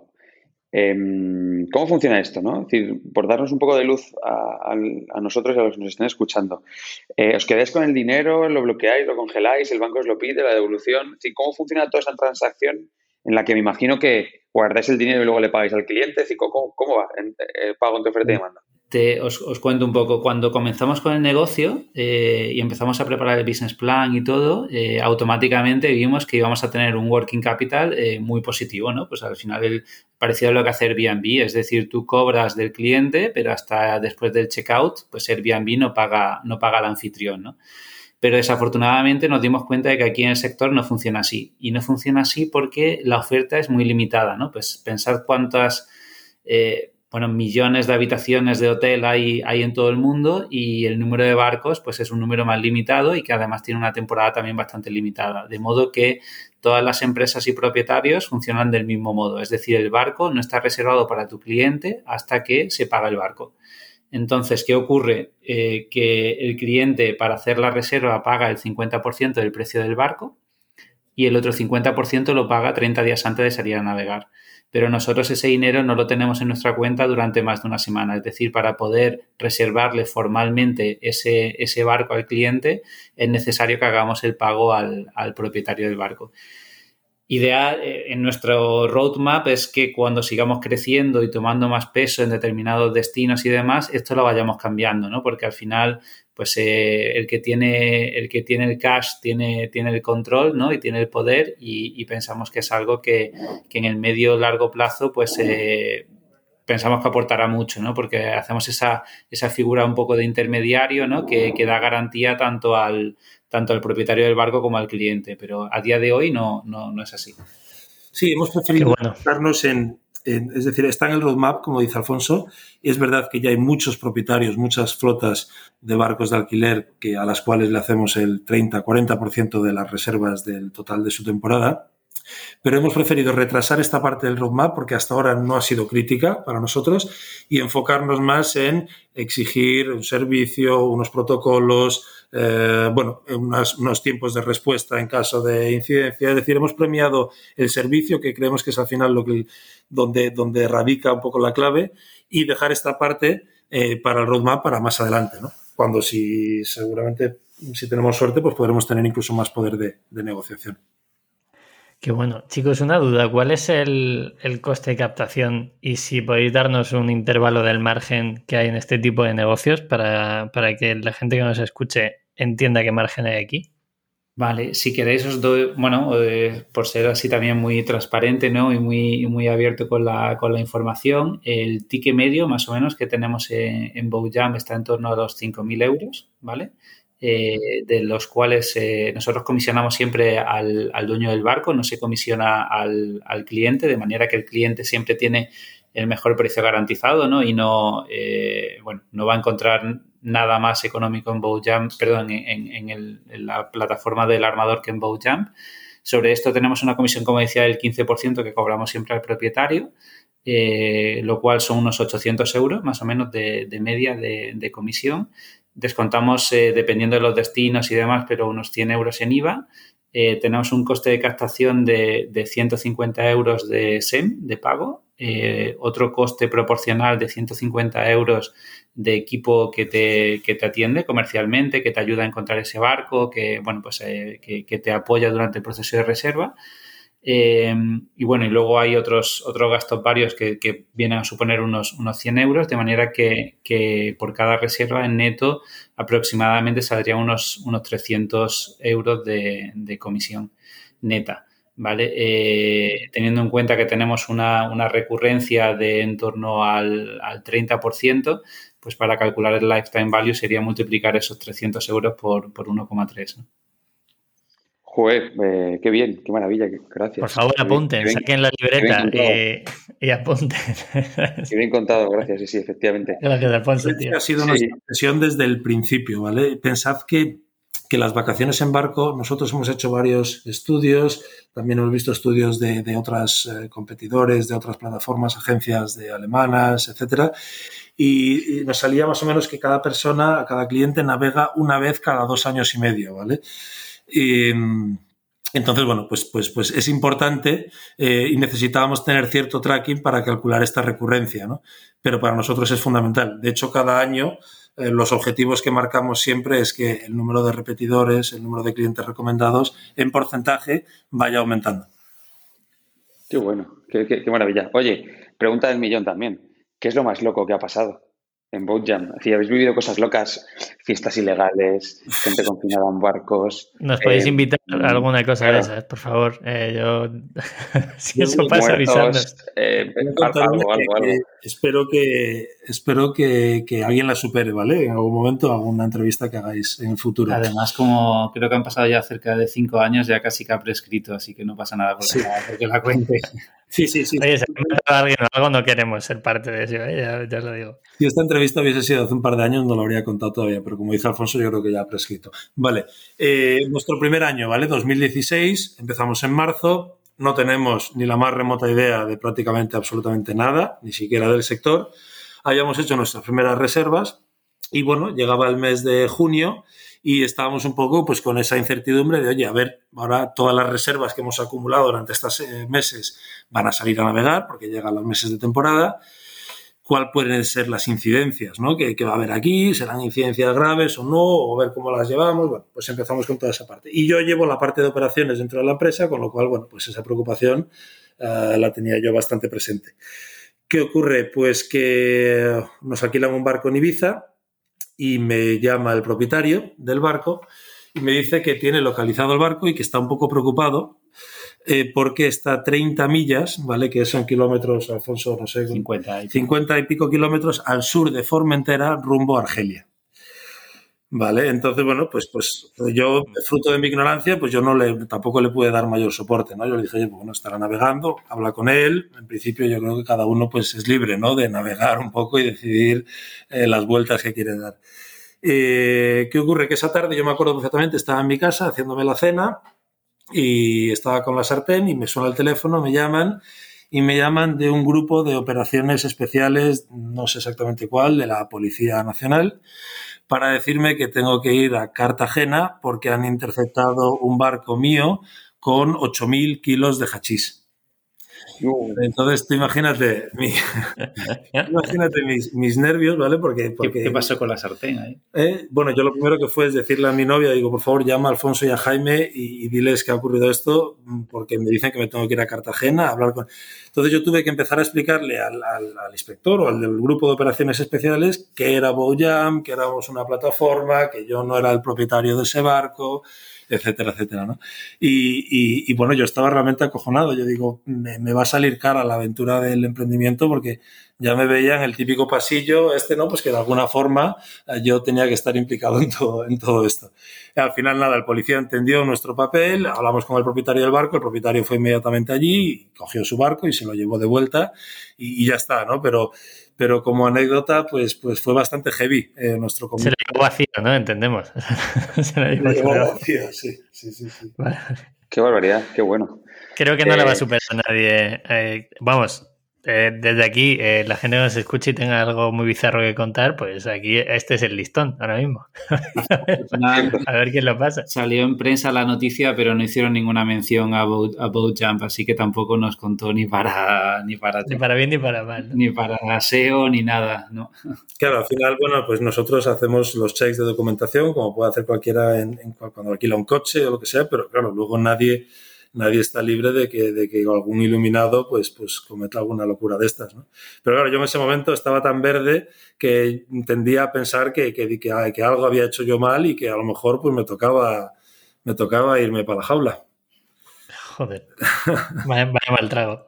¿Cómo funciona esto, no? Es decir, por darnos un poco de luz a nosotros y a los que nos estén escuchando. ¿Os quedáis con el dinero, lo bloqueáis, lo congeláis, el banco os lo pide, la devolución? Es decir, ¿cómo funciona toda esa transacción en la que me imagino que guardáis el dinero y luego le pagáis al cliente? Es decir, ¿cómo va el pago entre oferta y demanda? Os cuento un poco. Cuando comenzamos con el negocio y empezamos a preparar el business plan y todo, automáticamente vimos que íbamos a tener un working capital muy positivo, ¿no? Pues al final parecido a lo que hace Airbnb, es decir, tú cobras del cliente, pero hasta después del checkout, pues Airbnb no paga al anfitrión, ¿no? Pero desafortunadamente nos dimos cuenta de que aquí en el sector no funciona así. Y no funciona así porque la oferta es muy limitada, ¿no? Pues pensad cuántas... millones de habitaciones de hotel hay en todo el mundo y el número de barcos pues es un número más limitado y que además tiene una temporada también bastante limitada. De modo que todas las empresas y propietarios funcionan del mismo modo. Es decir, el barco no está reservado para tu cliente hasta que se paga el barco. Entonces, ¿qué ocurre? Que el cliente para hacer la reserva paga el 50% del precio del barco y el otro 50% lo paga 30 días antes de salir a navegar. Pero nosotros ese dinero no lo tenemos en nuestra cuenta durante más de una semana. Es decir, para poder reservarle formalmente ese barco al cliente es necesario que hagamos el pago al propietario del barco. Ideal en nuestro roadmap es que cuando sigamos creciendo y tomando más peso en determinados destinos y demás, esto lo vayamos cambiando, ¿no? Porque al final, pues el que tiene el cash tiene el control, ¿no? Y tiene el poder y pensamos que es algo que en el medio largo plazo, pues pensamos que aportará mucho, ¿no? Porque hacemos esa figura un poco de intermediario, ¿no? Que da garantía tanto al propietario del barco como al cliente, pero a día de hoy no es así. Sí, hemos preferido centrarnos es decir, está en el roadmap, como dice Alfonso, y es verdad que ya hay muchos propietarios, muchas flotas de barcos de alquiler a las cuales le hacemos el 30-40% de las reservas del total de su temporada. Pero hemos preferido retrasar esta parte del roadmap porque hasta ahora no ha sido crítica para nosotros y enfocarnos más en exigir un servicio, unos protocolos, unos tiempos de respuesta en caso de incidencia. Es decir, hemos premiado el servicio, que creemos que es al final donde radica un poco la clave, y dejar esta parte para el roadmap para más adelante, ¿no? Cuando seguramente, si tenemos suerte, pues podremos tener incluso más poder de negociación. Qué bueno. Chicos, una duda. ¿Cuál es el coste de captación? Y si podéis darnos un intervalo del margen que hay en este tipo de negocios para que la gente que nos escuche entienda qué margen hay aquí. Vale, si queréis os doy, por ser así también muy transparente, ¿no? Y muy abierto con la información, el ticket medio más o menos que tenemos en BoatJam está en torno a los 5.000 euros, ¿vale? De los cuales nosotros comisionamos siempre al dueño del barco, no se comisiona al cliente, de manera que el cliente siempre tiene el mejor precio garantizado, ¿no? Y no va a encontrar nada más económico en BoatJam, perdón, en la plataforma del armador que en BoatJam. Sobre esto tenemos una comisión, como decía, del 15% que cobramos siempre al propietario, lo cual son unos 800 euros más o menos de media de comisión. Descontamos, dependiendo de los destinos y demás, pero unos 100 euros en IVA. Tenemos un coste de captación de 150 euros de SEM, de pago. Otro coste proporcional de 150 euros de equipo que te atiende comercialmente, que te ayuda a encontrar ese barco, que te apoya durante el proceso de reserva. Y luego hay otros gastos varios que vienen a suponer unos 100 euros, de manera que por cada reserva en neto aproximadamente saldrían unos 300 euros de comisión neta, ¿vale? Teniendo en cuenta que tenemos una recurrencia de en torno al 30%, pues para calcular el lifetime value sería multiplicar esos 300 euros por 1,3, ¿no? Joder, qué bien, qué maravilla, gracias. Por favor, apunten, saquen la libreta y apunten. Qué bien contado, gracias, sí, efectivamente. Gracias, Alfonso, tío. Ha sido nuestra obsesión desde el principio, ¿vale? Pensad que las vacaciones en barco, nosotros hemos hecho varios estudios, también hemos visto estudios de otros competidores, de otras plataformas, agencias alemanas, etcétera, y nos salía más o menos que cada persona, cada cliente navega una vez cada 2 años y medio, ¿vale? Entonces, bueno, pues es importante y necesitábamos tener cierto tracking para calcular esta recurrencia, ¿no? Pero para nosotros es fundamental. De hecho, cada año los objetivos que marcamos siempre es que el número de repetidores, el número de clientes recomendados en porcentaje vaya aumentando. Qué bueno, qué maravilla. Oye, pregunta del millón también. ¿Qué es lo más loco que ha pasado en Boatjam? Es decir, ¿habéis vivido cosas locas, fiestas ilegales, gente confinada en barcos? Nos podéis invitar a alguna cosa claro. de esas, por favor. Si Yo eso pasa, avisadnos. Algo. Espero que alguien la supere, ¿vale? En algún momento, alguna entrevista que hagáis en el futuro. Además, como creo que han pasado ya cerca de 5 años, ya casi que ha prescrito, así que no pasa nada porque la cuente. Sí. Oye, si me mata a alguien o algo, no queremos ser parte de eso, ya os lo digo. Si esta entrevista hubiese sido hace un par de años, no lo habría contado todavía, pero como dice Alfonso, yo creo que ya ha prescrito. Vale, nuestro primer año, ¿vale? 2016, empezamos en marzo, no tenemos ni la más remota idea de prácticamente absolutamente nada, ni siquiera del sector. Habíamos hecho nuestras primeras reservas y, bueno, llegaba el mes de junio y estábamos un poco pues con esa incertidumbre de, oye, a ver, ahora todas las reservas que hemos acumulado durante estos meses van a salir a navegar porque llegan los meses de temporada. ¿Cuáles pueden ser las incidencias, ¿no? que va a haber aquí? ¿Serán incidencias graves o no? ¿O ver cómo las llevamos? Bueno, pues empezamos con toda esa parte. Y yo llevo la parte de operaciones dentro de la empresa, con lo cual, bueno, pues esa preocupación la tenía yo bastante presente. ¿Qué ocurre? Pues que nos alquilan un barco en Ibiza y me llama el propietario del barco y me dice que tiene localizado el barco y que está un poco preocupado porque está a 30 millas, ¿vale? Que son kilómetros, Alfonso, no sé, 50 y pico kilómetros al sur de Formentera, rumbo a Argelia. Vale, entonces, bueno, pues yo, fruto de mi ignorancia, pues yo tampoco le pude dar mayor soporte, ¿no? Yo le dije, oye, pues bueno, estará navegando, habla con él. En principio yo creo que cada uno pues es libre, ¿no? De navegar un poco y decidir las vueltas que quiere dar. ¿Qué ocurre? Que esa tarde, yo me acuerdo perfectamente, estaba en mi casa haciéndome la cena y estaba con la sartén y me suena el teléfono, me llaman de un grupo de operaciones especiales, no sé exactamente cuál, de la Policía Nacional, para decirme que tengo que ir a Cartagena porque han interceptado un barco mío con 8.000 kilos de hachís. Entonces, tú imagínate mis nervios, ¿vale? Porque ¿Qué pasó con la sartén ahí? Bueno, yo lo primero que fue es decirle a mi novia, digo, por favor, llama a Alfonso y a Jaime y diles que ha ocurrido esto, porque me dicen que me tengo que ir a Cartagena a hablar con... Entonces yo tuve que empezar a explicarle al inspector o al del grupo de operaciones especiales que era Boatjam, que éramos una plataforma, que yo no era el propietario de ese barco, etcétera, etcétera, ¿no? Y bueno, yo estaba realmente acojonado. Yo digo, me va a salir cara la aventura del emprendimiento porque ya me veía en el típico pasillo, ¿no? Pues que de alguna forma yo tenía que estar implicado en todo esto. Al final, nada, el policía entendió nuestro papel, hablamos con el propietario del barco, el propietario fue inmediatamente allí, cogió su barco y se lo llevó de vuelta y ya está, ¿no? Pero como anécdota, pues fue bastante heavy nuestro comienzo. Se lo llevó vacío, ¿no? Entendemos. Se lo llevó vacío, sí. Vale. Qué barbaridad, qué bueno. Creo que no la va a superar nadie. Vamos, desde aquí, la gente que nos escuche y tenga algo muy bizarro que contar, pues aquí este es el listón ahora mismo. A ver quién lo pasa. Salió en prensa la noticia, pero no hicieron ninguna mención a Boatjam, así que tampoco nos contó ni para bien ni para mal, ¿no? Ni para SEO ni nada, ¿no? Claro, al final, bueno, pues nosotros hacemos los checks de documentación, como puede hacer cualquiera cuando alquila un coche o lo que sea, pero claro, luego nadie está libre de que algún iluminado pues cometa alguna locura de estas, ¿no? Pero claro, yo en ese momento estaba tan verde que tendía a pensar que algo había hecho yo mal y que a lo mejor pues me tocaba irme para la jaula. Joder. Vaya mal trago.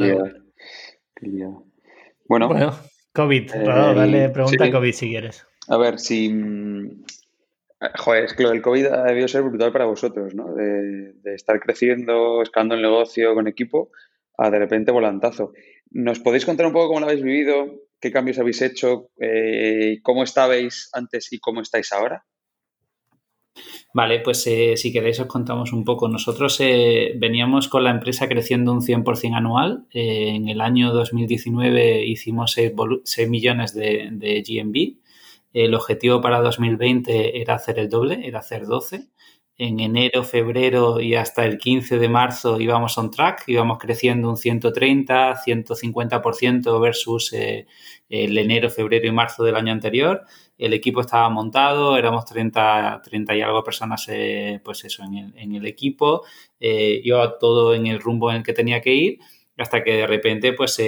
Bueno, COVID. Dale pregunta a COVID si quieres. A ver, si... Joder, es que lo del COVID ha debido ser brutal para vosotros, ¿no? De estar creciendo, escalando el negocio con equipo, a de repente volantazo. ¿Nos podéis contar un poco cómo lo habéis vivido? ¿Qué cambios habéis hecho? ¿Cómo estabais antes y cómo estáis ahora? Vale, pues si queréis os contamos un poco. Nosotros veníamos con la empresa creciendo un 100% anual. En el año 2019 hicimos 6 millones de GMV. El objetivo para 2020 era hacer el doble, era hacer 12. en enero, febrero y hasta el 15 de marzo íbamos on track, íbamos creciendo un 130, 150% versus el enero, febrero y marzo del año anterior. El equipo estaba montado, éramos 30 y algo personas, pues eso, en el equipo. Iba todo en el rumbo en el que tenía que ir, hasta que de repente pues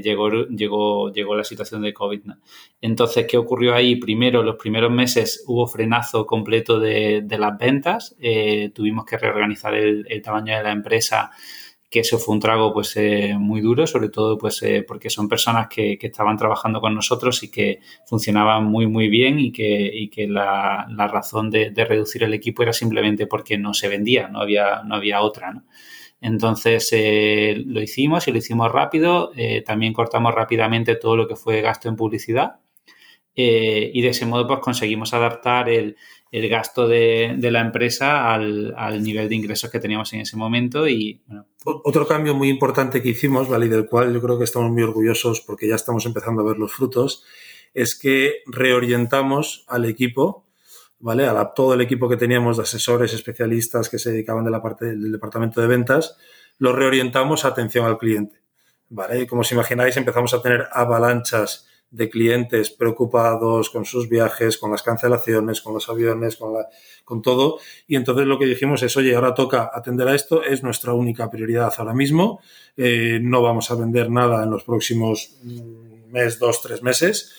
llegó la situación de COVID, ¿no? Entonces, ¿qué ocurrió ahí? Primero, los primeros meses hubo frenazo completo de las ventas. Tuvimos que reorganizar el tamaño de la empresa, que eso fue un trago pues muy duro, sobre todo pues porque son personas que estaban trabajando con nosotros y que funcionaban muy muy bien, y que la razón de reducir el equipo era simplemente porque no se vendía, no había otra, ¿no? Entonces lo hicimos y lo hicimos rápido. También cortamos rápidamente todo lo que fue gasto en publicidad, y de ese modo pues conseguimos adaptar el gasto de la empresa al nivel de ingresos que teníamos en ese momento. Y bueno. Otro cambio muy importante que hicimos, ¿vale? Y del cual yo creo que estamos muy orgullosos porque ya estamos empezando a ver los frutos, es que reorientamos al equipo, ¿vale? A todo el equipo que teníamos de asesores, especialistas que se dedicaban de la parte del departamento de ventas, lo reorientamos a atención al cliente, ¿vale? Y como os imagináis, empezamos a tener avalanchas de clientes preocupados con sus viajes, con las cancelaciones, con los aviones, con todo. Y entonces lo que dijimos es, oye, ahora toca atender a esto, es nuestra única prioridad ahora mismo. No vamos a vender nada en los próximos mes, 2, 3 meses.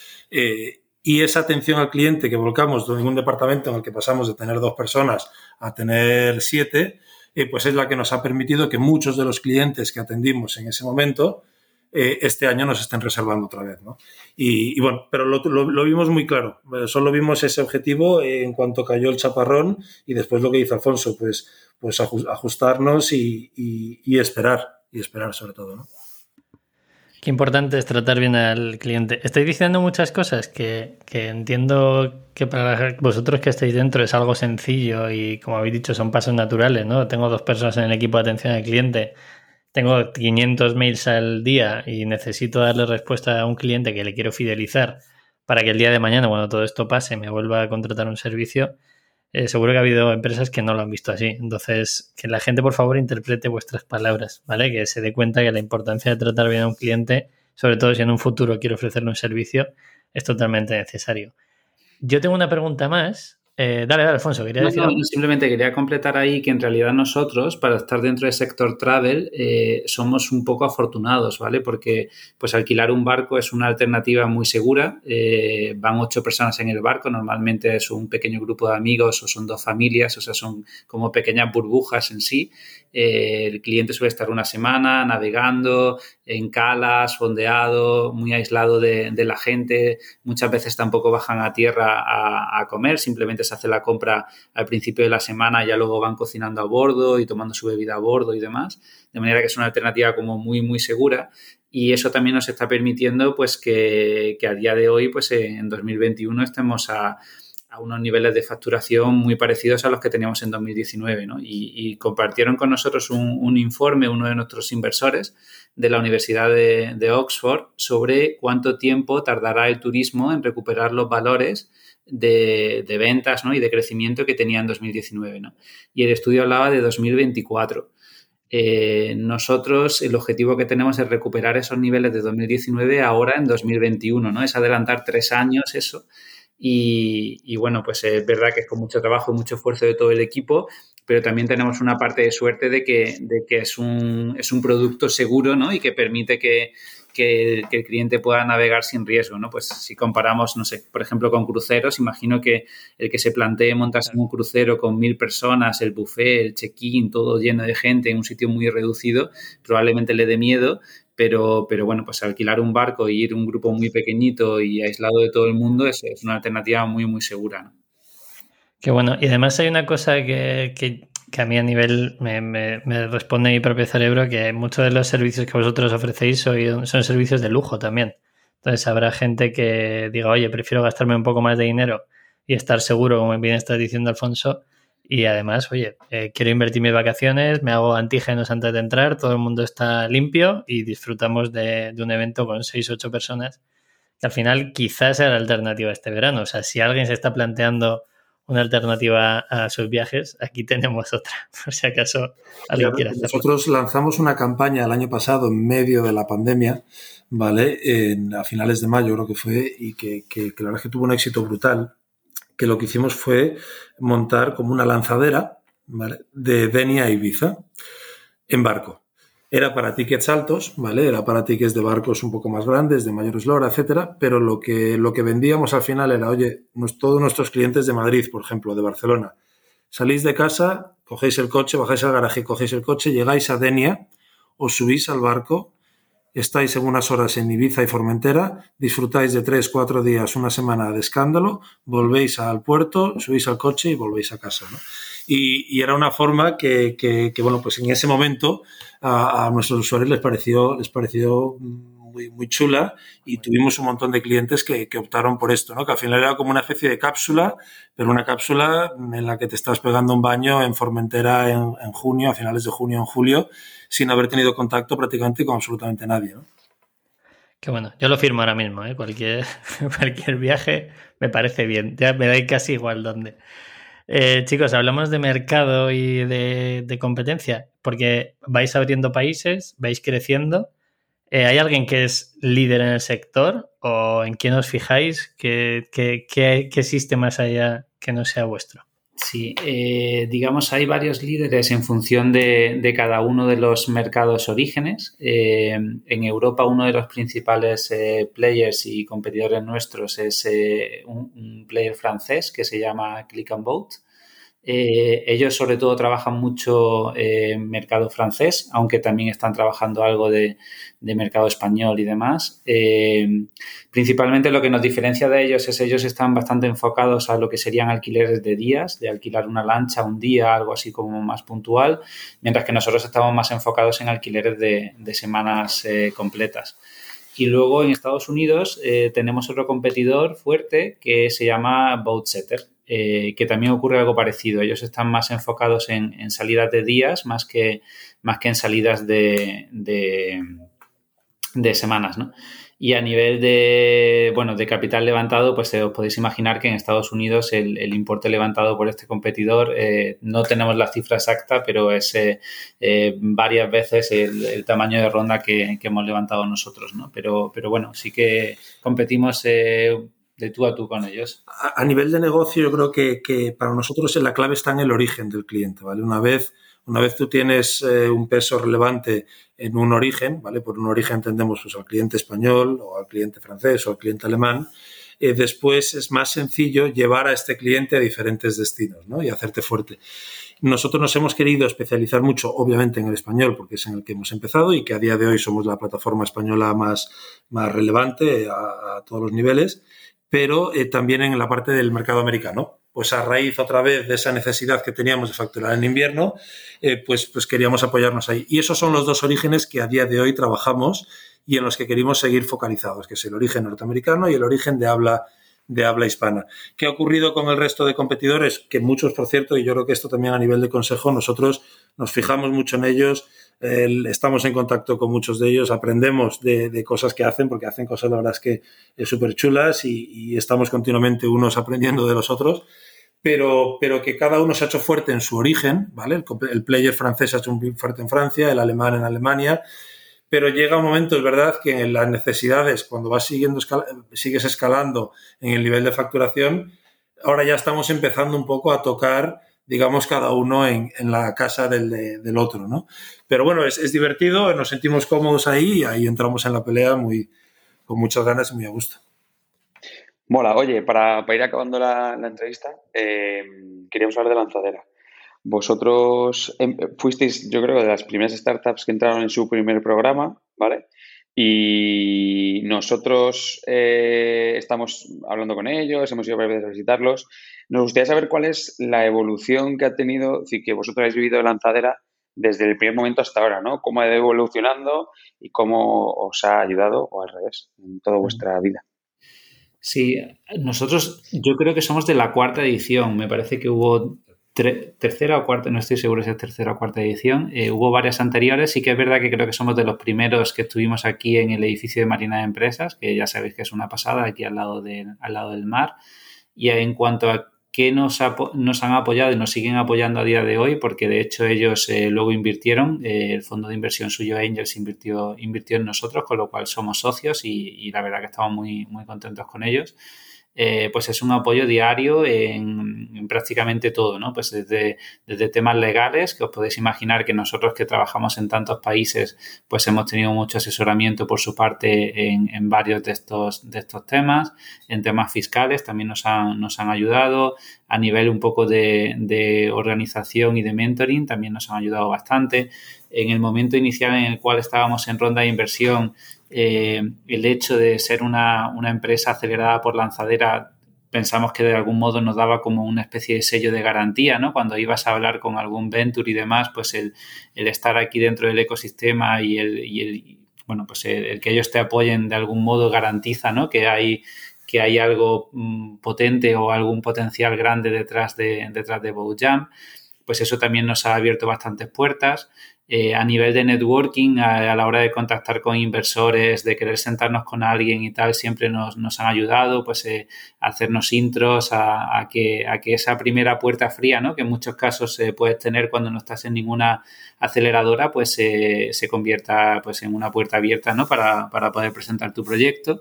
Y esa atención al cliente que volcamos en un departamento en el que pasamos de tener 2 personas a tener 7, pues es la que nos ha permitido que muchos de los clientes que atendimos en ese momento este año nos estén reservando otra vez, ¿no? Y bueno, pero lo vimos muy claro. Solo vimos ese objetivo en cuanto cayó el chaparrón, y después lo que hizo Alfonso, pues ajustarnos y esperar sobre todo, ¿no? Qué importante es tratar bien al cliente. Estoy diciendo muchas cosas que entiendo que para vosotros que estáis dentro es algo sencillo y, como habéis dicho, son pasos naturales, ¿no? Tengo 2 personas en el equipo de atención al cliente, tengo 500 mails al día y necesito darle respuesta a un cliente que le quiero fidelizar para que el día de mañana, cuando todo esto pase, me vuelva a contratar un servicio. Seguro que ha habido empresas que no lo han visto así. Entonces, que la gente, por favor, interprete vuestras palabras, ¿vale? Que se dé cuenta que la importancia de tratar bien a un cliente, sobre todo si en un futuro quiero ofrecerle un servicio, es totalmente necesario. Yo tengo una pregunta más. Dale, Alfonso, quería decir algo. Simplemente quería completar ahí que en realidad nosotros, para estar dentro del sector travel, somos un poco afortunados, ¿vale? Porque pues alquilar un barco es una alternativa muy segura. Van 8 personas en el barco, normalmente es un pequeño grupo de amigos o son 2 familias, o sea, son como pequeñas burbujas en sí. El cliente suele estar una semana navegando en calas, fondeado, muy aislado de la gente. Muchas veces tampoco bajan a tierra a comer, simplemente se hace la compra al principio de la semana y ya luego van cocinando a bordo y tomando su bebida a bordo y demás. De manera que es una alternativa como muy, muy segura. Y eso también nos está permitiendo pues que a día de hoy, pues en 2021, estemos a unos niveles de facturación muy parecidos a los que teníamos en 2019, ¿no? Y compartieron con nosotros un informe, uno de nuestros inversores de la Universidad de Oxford, sobre cuánto tiempo tardará el turismo en recuperar los valores de ventas, ¿no? Y de crecimiento que tenía en 2019, ¿no? Y el estudio hablaba de 2024. Nosotros el objetivo que tenemos es recuperar esos niveles de 2019 ahora en 2021, ¿no? Es adelantar 3 años eso. Y bueno, pues es verdad que es con mucho trabajo y mucho esfuerzo de todo el equipo, pero también tenemos una parte de suerte de que es un producto seguro, ¿no? Y que permite que el cliente pueda navegar sin riesgo, ¿no? Pues si comparamos, no sé, por ejemplo, con cruceros, imagino que el que se plantee montarse en un crucero con 1000 personas, el buffet, el check-in, todo lleno de gente en un sitio muy reducido, probablemente le dé miedo. Pero bueno, pues alquilar un barco y ir un grupo muy pequeñito y aislado de todo el mundo es una alternativa muy, muy segura, ¿no? Qué bueno. Y además hay una cosa que a mí a nivel me responde mi propio cerebro, que muchos de los servicios que vosotros ofrecéis son servicios de lujo también. Entonces habrá gente que diga, oye, prefiero gastarme un poco más de dinero y estar seguro, como bien estás diciendo, Alfonso. Y además, oye, quiero invertir mis vacaciones, me hago antígenos antes de entrar, todo el mundo está limpio y disfrutamos de un evento con 6 o 8 personas, que al final quizás sea la alternativa este verano. O sea, si alguien se está planteando una alternativa a sus viajes, aquí tenemos otra, por si acaso alguien quiere hacerlo. Nosotros lanzamos una campaña el año pasado en medio de la pandemia, ¿vale? A finales de mayo creo que fue, y que la verdad es que tuvo un éxito brutal, que lo que hicimos fue montar como una lanzadera, ¿vale?, de Denia a Ibiza en barco. Era para tickets altos, ¿vale? Era para tickets de barcos un poco más grandes, de mayor eslora, etcétera, pero lo que vendíamos al final era, oye, todos nuestros clientes de Madrid, por ejemplo, de Barcelona, salís de casa, cogéis el coche, bajáis al garaje, cogéis el coche, llegáis a Denia, os subís al barco, estáis en unas horas en Ibiza y Formentera, disfrutáis de 3-4 días, una semana de escándalo, volvéis al puerto, subís al coche y volvéis a casa, ¿no? Y era una forma que bueno, pues en ese momento a nuestros usuarios les pareció muy, muy chula, y tuvimos un montón de clientes que optaron por esto, ¿no? Que al final era como una especie de cápsula, pero una cápsula en la que te estás pegando un baño en Formentera en junio, a finales de junio, en julio, sin haber tenido contacto prácticamente con absolutamente nadie, ¿no? Qué bueno, yo lo firmo ahora mismo, ¿eh? Cualquier viaje me parece bien, ya me da casi igual dónde. Chicos, hablamos de mercado y de competencia, porque vais abriendo países, vais creciendo. ¿Hay alguien que es líder en el sector o en quién os fijáis? ¿Qué existe más allá que no sea vuestro? Sí, digamos, hay varios líderes en función de cada uno de los mercados orígenes. En Europa, uno de los principales players y competidores nuestros es un player francés que se llama Click and Boat. Ellos sobre todo trabajan mucho en mercado francés, aunque también están trabajando algo de mercado español y demás. Principalmente lo que nos diferencia de ellos es ellos están bastante enfocados a lo que serían alquileres de días, de alquilar una lancha un día, algo así como más puntual, mientras que nosotros estamos más enfocados en alquileres de semanas completas. Y luego en Estados Unidos tenemos otro competidor fuerte que se llama Boatsetter, que también ocurre algo parecido. Ellos están más enfocados en salidas de días más que en salidas de semanas, ¿no? Y a nivel de capital levantado, pues os podéis imaginar que en Estados Unidos el importe levantado por este competidor, no tenemos la cifra exacta, pero es varias veces el tamaño de ronda que hemos levantado nosotros, ¿no? Pero bueno, sí que competimos de tú a tú con ellos. A nivel de negocio, yo creo que para nosotros la clave está en el origen del cliente, ¿vale? Una vez tú tienes un peso relevante en un origen, ¿vale? Por un origen entendemos pues al cliente español o al cliente francés o al cliente alemán. Después es más sencillo llevar a este cliente a diferentes destinos, ¿no? Y hacerte fuerte. Nosotros nos hemos querido especializar mucho, obviamente, en el español, porque es en el que hemos empezado y que a día de hoy somos la plataforma española más relevante a todos los niveles, pero también en la parte del mercado americano. Pues a raíz otra vez de esa necesidad que teníamos de facturar en invierno, pues queríamos apoyarnos ahí. Y esos son los dos orígenes que a día de hoy trabajamos y en los que queremos seguir focalizados, que es el origen norteamericano y el origen de habla hispana. ¿Qué ha ocurrido con el resto de competidores? Que muchos, por cierto, y yo creo que esto también a nivel de consejo, nosotros nos fijamos mucho en ellos, estamos en contacto con muchos de ellos, aprendemos de cosas que hacen, porque hacen cosas, la verdad es que súper chulas y estamos continuamente unos aprendiendo de los otros, pero que cada uno se ha hecho fuerte en su origen, ¿vale? El player francés se ha hecho muy fuerte en Francia, el alemán en Alemania, pero llega un momento, es verdad, que en las necesidades, cuando vas sigues escalando en el nivel de facturación, ahora ya estamos empezando un poco a tocar, digamos, cada uno en la casa del otro, ¿no? Pero bueno, es divertido, nos sentimos cómodos ahí y ahí entramos en la pelea con muchas ganas y muy a gusto. Mola. Oye, para ir acabando la entrevista, queríamos hablar de Lanzadera. Vosotros fuisteis, yo creo, de las primeras startups que entraron en su primer programa, ¿vale? Y nosotros estamos hablando con ellos, hemos ido varias veces a visitarlos. Nos gustaría saber cuál es la evolución que ha tenido, es decir, que vosotros habéis vivido de Lanzadera desde el primer momento hasta ahora, ¿no? Cómo ha ido evolucionando y cómo os ha ayudado, o al revés, en toda vuestra vida. Sí, nosotros yo creo que somos de la cuarta edición. Me parece que hubo tercera o cuarta, no estoy seguro si es tercera o cuarta edición. Hubo varias anteriores. Sí que es verdad que creo que somos de los primeros que estuvimos aquí en el edificio de Marina de Empresas, que ya sabéis que es una pasada, aquí al lado del mar. Y en cuanto a que nos han apoyado y nos siguen apoyando a día de hoy, porque de hecho ellos luego invirtieron, el fondo de inversión suyo Angels invirtió en nosotros, con lo cual somos socios y la verdad que estamos muy, muy contentos con ellos. Pues es un apoyo diario en prácticamente todo, ¿no? Pues desde temas legales, que os podéis imaginar que nosotros que trabajamos en tantos países, pues hemos tenido mucho asesoramiento por su parte en varios de estos temas. En temas fiscales también nos han ayudado. A nivel un poco de organización y de mentoring también nos han ayudado bastante. En el momento inicial en el cual estábamos en ronda de inversión, el hecho de ser una empresa acelerada por Lanzadera, pensamos que de algún modo nos daba como una especie de sello de garantía, ¿no? Cuando ibas a hablar con algún venture y demás, pues el estar aquí dentro del ecosistema y el que ellos te apoyen de algún modo garantiza, ¿no? que hay algo potente o algún potencial grande detrás de BoJam. Pues eso también nos ha abierto bastantes puertas. A nivel de networking, a la hora de contactar con inversores, de querer sentarnos con alguien y tal, siempre nos han ayudado pues a hacernos intros, a que esa primera puerta fría, ¿no? Que en muchos casos puedes tener cuando no estás en ninguna aceleradora, pues se convierta pues en una puerta abierta, ¿no? Para poder presentar tu proyecto.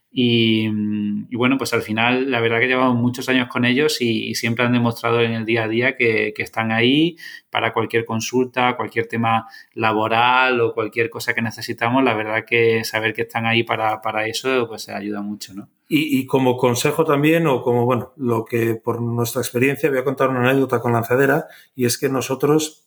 Y bueno, pues al final la verdad que llevamos muchos años con ellos y siempre han demostrado en el día a día que están ahí para cualquier consulta, cualquier tema laboral o cualquier cosa que necesitamos. La verdad que saber que están ahí para eso pues ayuda mucho, ¿no? Y como consejo también, o como, bueno, lo que por nuestra experiencia, voy a contar una anécdota con Lanzadera, y es que nosotros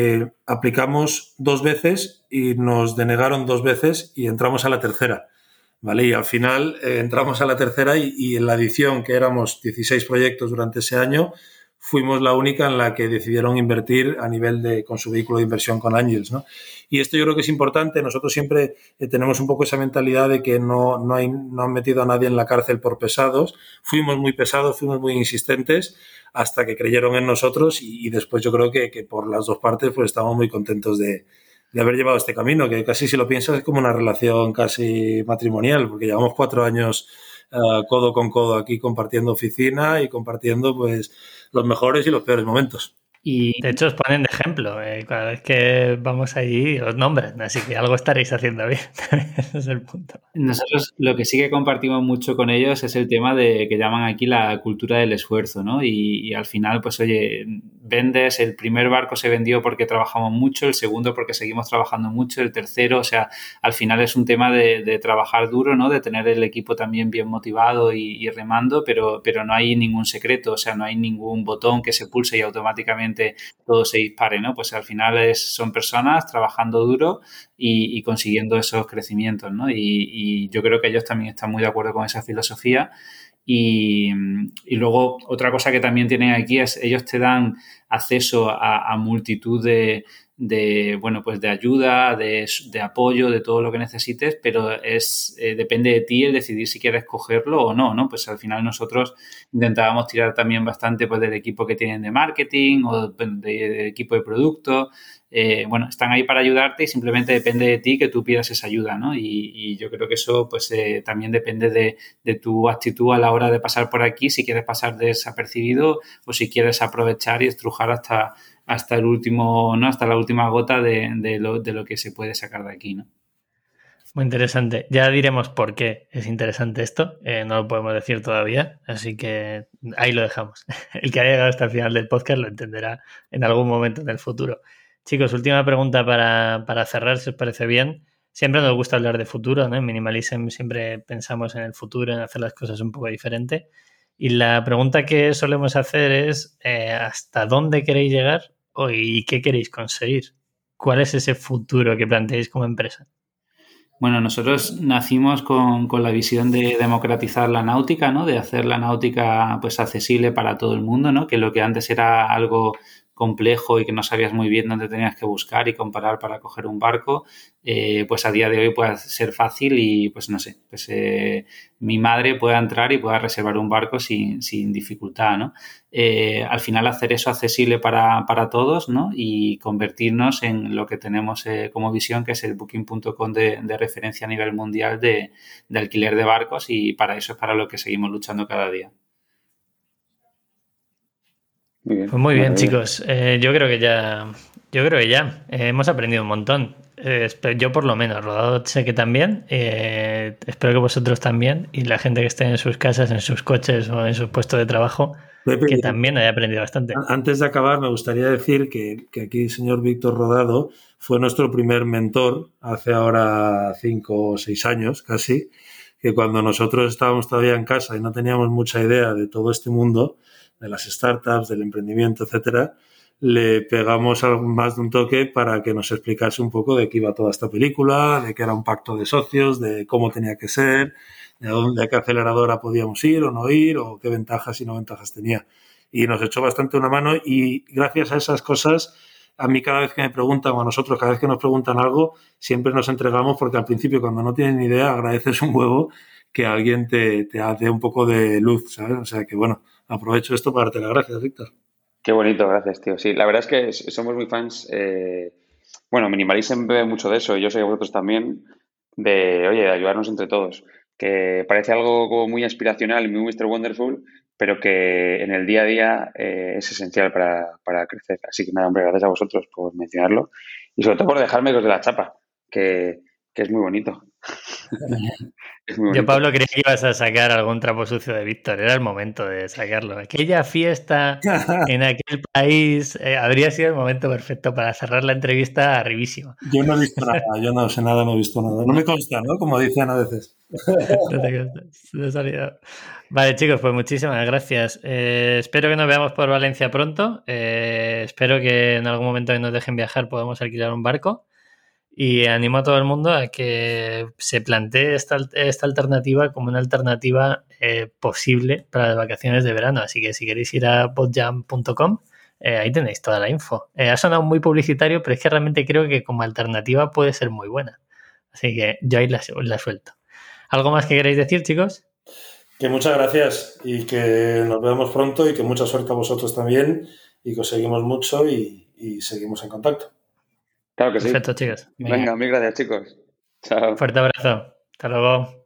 aplicamos 2 veces y nos denegaron 2 veces y entramos a la tercera. ¿Vale? Y al final entramos a la tercera y en la edición, que éramos 16 proyectos durante ese año, fuimos la única en la que decidieron invertir a nivel con su vehículo de inversión con Angels, ¿no? Y esto yo creo que es importante. Nosotros siempre tenemos un poco esa mentalidad de que no han metido a nadie en la cárcel por pesados. Fuimos muy pesados, fuimos muy insistentes hasta que creyeron en nosotros y después yo creo que por las 2 partes pues estamos muy contentos de haber llevado este camino, que casi si lo piensas es como una relación casi matrimonial, porque llevamos 4 años codo con codo aquí compartiendo oficina y compartiendo pues los mejores y los peores momentos. Y de hecho os ponen de ejemplo, cada vez que vamos allí os nombran, así que algo estaréis haciendo bien. Ese es el punto. Nosotros lo que sí que compartimos mucho con ellos es el tema de que llaman aquí la cultura del esfuerzo, ¿no? Y al final, pues oye, vendes, el primer barco se vendió porque trabajamos mucho, el segundo porque seguimos trabajando mucho, el tercero, o sea, al final es un tema de trabajar duro, ¿no? De tener el equipo también bien motivado y remando, pero no hay ningún secreto, o sea, no hay ningún botón que se pulse y automáticamente todo se dispare, ¿no? Pues al final son personas trabajando duro y consiguiendo esos crecimientos, ¿no? Y yo creo que ellos también están muy de acuerdo con esa filosofía. Y luego otra cosa que también tienen aquí es ellos te dan acceso a multitud de ayuda, de apoyo, de todo lo que necesites, pero depende de ti el decidir si quieres cogerlo o no, ¿no? Pues al final nosotros intentábamos tirar también bastante pues del equipo que tienen de marketing o del equipo de producto. Están ahí para ayudarte y simplemente depende de ti que tú pidas esa ayuda, ¿no? Y yo creo que eso pues también depende de tu actitud a la hora de pasar por aquí, si quieres pasar desapercibido o si quieres aprovechar y estrujar hasta el último, ¿no? Hasta la última gota de lo que se puede sacar de aquí, ¿no? Muy interesante. Ya diremos por qué es interesante esto. No lo podemos decir todavía, así que ahí lo dejamos. El que haya llegado hasta el final del podcast lo entenderá en algún momento en el futuro. Chicos, última pregunta para cerrar, si os parece bien. Siempre nos gusta hablar de futuro, ¿no? En Minimalism siempre pensamos en el futuro, en hacer las cosas un poco diferente. Y la pregunta que solemos hacer es ¿hasta dónde queréis llegar y qué queréis conseguir? ¿Cuál es ese futuro que planteáis como empresa? Bueno, nosotros nacimos con la visión de democratizar la náutica, ¿no? De hacer la náutica pues accesible para todo el mundo, ¿no? Que lo que antes era algo complejo y que no sabías muy bien dónde tenías que buscar y comparar para coger un barco, pues a día de hoy puede ser fácil y pues no sé, pues mi madre pueda entrar y pueda reservar un barco sin dificultad, ¿no? Al final hacer eso accesible para todos, ¿no? Y convertirnos en lo que tenemos como visión, que es el Booking.com de referencia a nivel mundial de alquiler de barcos, y para eso es para lo que seguimos luchando cada día. Muy bien. Pues muy bien, Maravilla. chicos. Yo creo que ya hemos aprendido un montón. Yo por lo menos, Rodado sé que también. Espero que vosotros también y la gente que esté en sus casas, en sus coches o en sus puestos de trabajo, Pepe, que también haya aprendido bastante. antes de acabar, me gustaría decir que aquí el señor Víctor Rodado fue nuestro primer mentor hace ahora 5 o 6 años casi, que cuando nosotros estábamos todavía en casa y no teníamos mucha idea de todo este mundo, de las startups, del emprendimiento, etcétera, le pegamos más de un toque para que nos explicase un poco de qué iba toda esta película, de qué era un pacto de socios, de cómo tenía que ser, de dónde, a qué aceleradora podíamos ir o no ir, o qué ventajas y no ventajas tenía. Y nos echó bastante una mano y gracias a esas cosas, a mí cada vez que me preguntan o a nosotros cada vez que nos preguntan algo, siempre nos entregamos porque al principio cuando no tienen ni idea agradeces un huevo que alguien te hace un poco de luz, ¿sabes? O sea que bueno, aprovecho esto para darte las gracias, Víctor. Qué bonito, gracias, tío. Sí, la verdad es que somos muy fans. Bueno, Minimalism ve mucho de eso, y yo sé que vosotros también, oye, de ayudarnos entre todos. Que parece algo como muy aspiracional, muy Mr. Wonderful, pero que en el día a día es esencial para crecer. Así que nada, hombre, gracias a vosotros por mencionarlo y sobre todo por dejarme que os dé la chapa, que es muy bonito. Es muy Yo, bonito. Pablo, creía que ibas a sacar algún trapo sucio de Víctor. Era el momento de sacarlo. Aquella fiesta en aquel país habría sido el momento perfecto para cerrar la entrevista arribísimo. Yo no he visto nada, yo no sé nada, no he visto nada. No me consta, ¿no? Como dicen a veces. No te contes, no ha salido. Vale, chicos, pues muchísimas gracias. Espero que nos veamos por Valencia pronto. Espero que en algún momento que nos dejen viajar podamos alquilar un barco. Y animo a todo el mundo a que se plantee esta alternativa como una alternativa posible para las vacaciones de verano. Así que si queréis ir a boatjam.com, ahí tenéis toda la info. Ha sonado muy publicitario, pero es que realmente creo que como alternativa puede ser muy buena. Así que yo ahí la suelto. ¿Algo más que queréis decir, chicos? Que muchas gracias y que nos vemos pronto y que mucha suerte a vosotros también y que os seguimos mucho y seguimos en contacto. Claro que sí. Perfecto, chicos. Venga, mil gracias, chicos. Chao. Fuerte abrazo. Hasta luego.